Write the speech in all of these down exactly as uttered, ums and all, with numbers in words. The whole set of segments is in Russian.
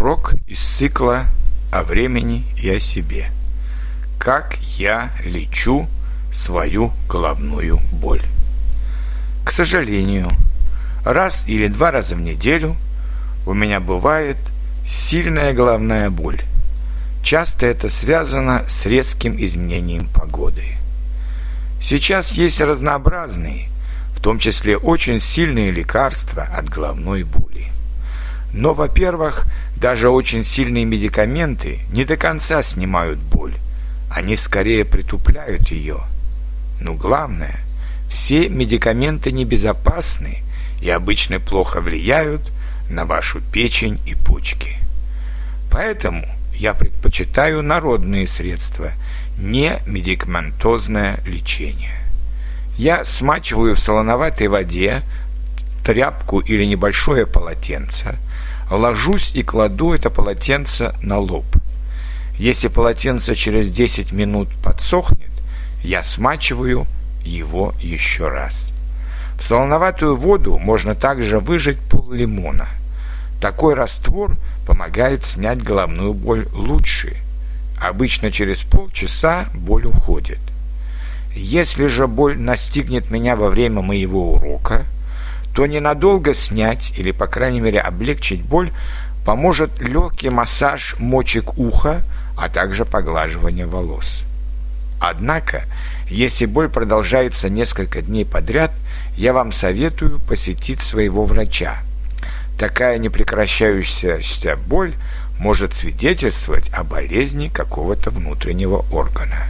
Урок из цикла о времени и о себе. Как я лечу свою головную боль. К сожалению, раз или два раза в неделю у меня бывает сильная головная боль. Часто это связано с резким изменением погоды. Сейчас есть разнообразные, в том числе очень сильные лекарства от головной боли. Но, во-первых, даже очень сильные медикаменты не до конца снимают боль. Они скорее притупляют ее. Но главное, все медикаменты небезопасны и обычно плохо влияют на вашу печень и почки. Поэтому я предпочитаю народные средства, не медикаментозное лечение. Я смачиваю в солоноватой воде тряпку или небольшое полотенце, ложусь и кладу это полотенце на лоб. Если полотенце через десять минут подсохнет, я смачиваю его еще раз. В солоноватую воду можно также выжать пол-лимона. Такой раствор помогает снять головную боль лучше. Обычно через полчаса боль уходит. Если же боль настигнет меня во время моего урока, то ненадолго снять или, по крайней мере, облегчить боль поможет легкий массаж мочек уха, а также поглаживание волос. Однако, если боль продолжается несколько дней подряд, я вам советую посетить своего врача. Такая непрекращающаяся боль может свидетельствовать о болезни какого-то внутреннего органа.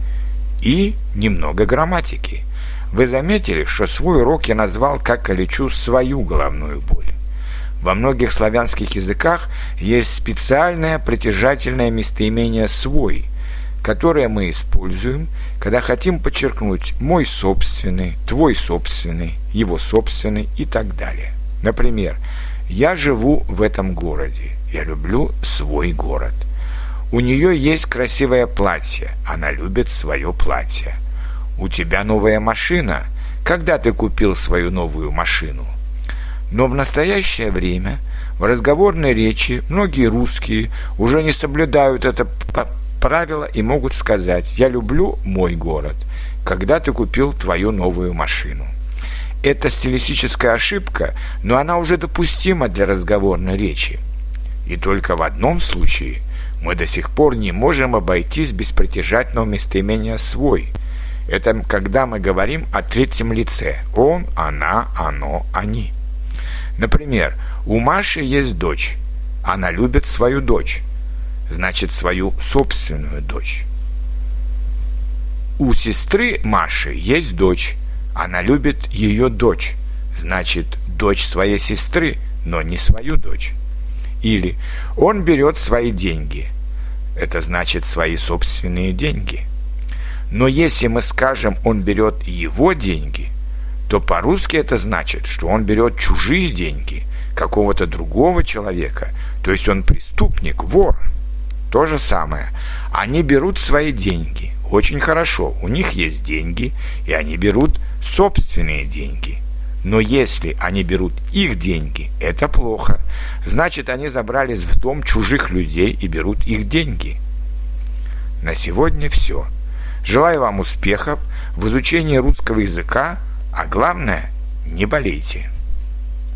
И немного грамматики. Вы заметили, что свой урок я назвал «Как я лечу свою головную боль». Во многих славянских языках есть специальное притяжательное местоимение «свой», которое мы используем, когда хотим подчеркнуть «мой собственный», «твой собственный», «его собственный» и так далее. Например, «Я живу в этом городе», «Я люблю свой город». У нее есть красивое платье, она любит свое платье. У тебя новая машина. Когда ты купил свою новую машину? Но в настоящее время в разговорной речи многие русские уже не соблюдают это правило и могут сказать «Я люблю мой город», когда ты купил твою новую машину. Это стилистическая ошибка, но она уже допустима для разговорной речи. И только в одном случае мы до сих пор не можем обойтись без притяжательного местоимения «свой». Это когда мы говорим о третьем лице. Он, она, оно, они. Например, у Маши есть дочь. Она любит свою дочь. Значит, свою собственную дочь. У сестры Маши есть дочь. Она любит ее дочь. Значит, дочь своей сестры, но не свою дочь. Или он берет свои деньги. Это значит свои собственные деньги. Но если мы скажем «он берет его деньги», то по-русски это значит, что он берет чужие деньги какого-то другого человека, то есть он преступник, вор. То же самое. Они берут свои деньги. Очень хорошо, у них есть деньги, и они берут собственные деньги. Но если они берут их деньги, это плохо. Значит, они забрались в дом чужих людей и берут их деньги. На сегодня все. Желаю вам успехов в изучении русского языка, а главное, не болейте.